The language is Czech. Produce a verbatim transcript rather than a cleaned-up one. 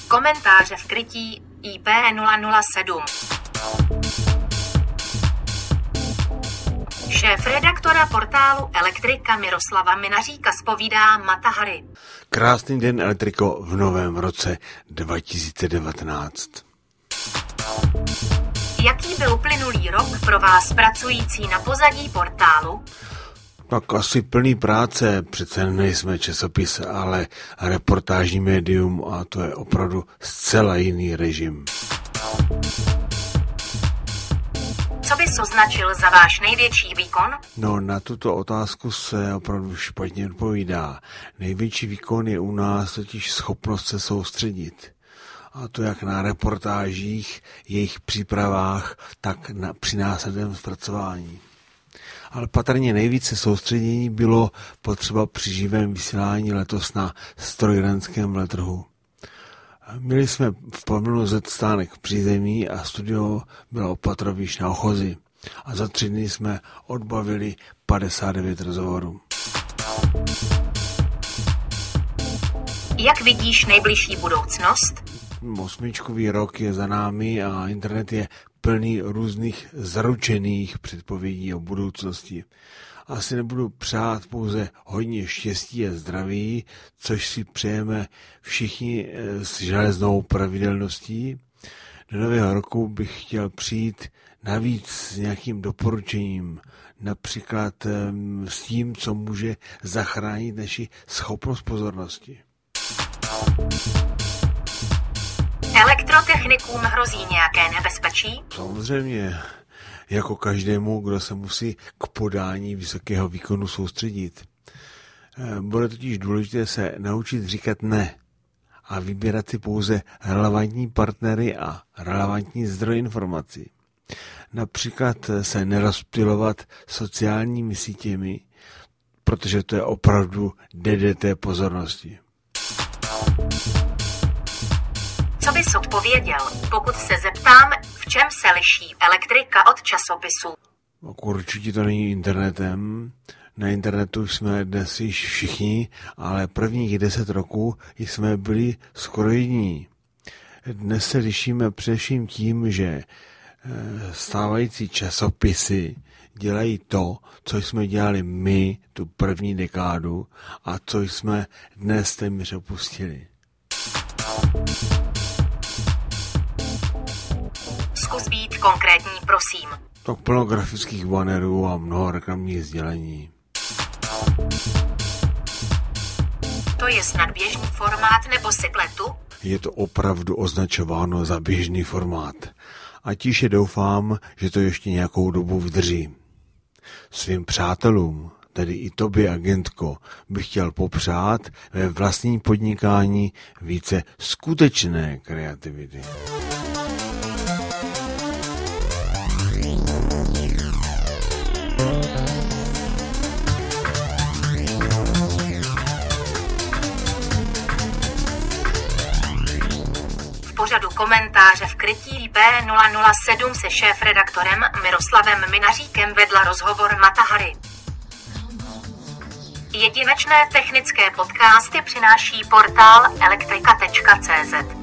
Komentáře v krytí I P nula nula sedm. Šéf redaktora portálu Elektrika Miroslava Minaříka zpovídá Mata Hari. Krásný den, Elektriko, v novém roce dva tisíce devatenáct. Jaký byl uplynulý rok pro vás pracující na pozadí portálu? Tak asi plný práce, přece nejsme časopis, ale reportážní médium a to je opravdu zcela jiný režim. Co bys označil za váš největší výkon? No, na tuto otázku se opravdu špatně odpovídá. Největší výkon je u nás totiž schopnost se soustředit. A to jak na reportážích, jejich přípravách, tak na, při následném zpracování. Ale patrně nejvíce soustředění bylo potřeba při živém vysílání letos na strojírenském veletrhu. Měli jsme v Pavlu Z stánek v přízemí a studio bylo opatrovíš na Ochozi. A za tři dny jsme odbavili padesát devět rozhovorů. Jak vidíš nejbližší budoucnost? Osmičkový rok je za námi a internet je plný různých zaručených předpovědí o budoucnosti. Asi nebudu přát pouze hodně štěstí a zdraví, což si přejeme všichni s železnou pravidelností. Do nového roku bych chtěl přijít navíc s nějakým doporučením, například s tím, co může zachránit naši schopnost pozornosti. Elektrotechnikům hrozí nějaké nebezpečí? Samozřejmě, jako každému, kdo se musí k podání vysokého výkonu soustředit. Bude totiž důležité se naučit říkat ne a vybírat si pouze relevantní partnery a relevantní zdroj informací. Například se nerozptylovat sociálními sítěmi, protože to je opravdu D D T pozornosti. Co bys odpověděl, pokud se zeptám, v čem se liší Elektrika od časopisu? Určitě to není internetem. Na internetu jsme dnes již všichni, ale prvních deset roků jsme byli skoro jediní. Dnes se lišíme především tím, že stávající časopisy dělají to, co jsme dělali my tu první dekádu a co jsme dnes téměř opustili. Zkus být konkrétní, prosím. Tak plno grafických bannerů a mnoho reklamních sdělení. To je snad běžný formát nebo si pletu? Je to opravdu označováno za běžný formát. A tiše doufám, že to ještě nějakou dobu vydrží. Svým přátelům, tedy i tobě, agentko, bych chtěl popřát ve vlastním podnikání více skutečné kreativity. V pořadu Komentáře v krytí I P nula nula sedm se šéfredaktorem Miroslavem Minaříkem vedla rozhovor Mata Hari. Jedinečné technické podcasty přináší portál elektrika tečka cé zet.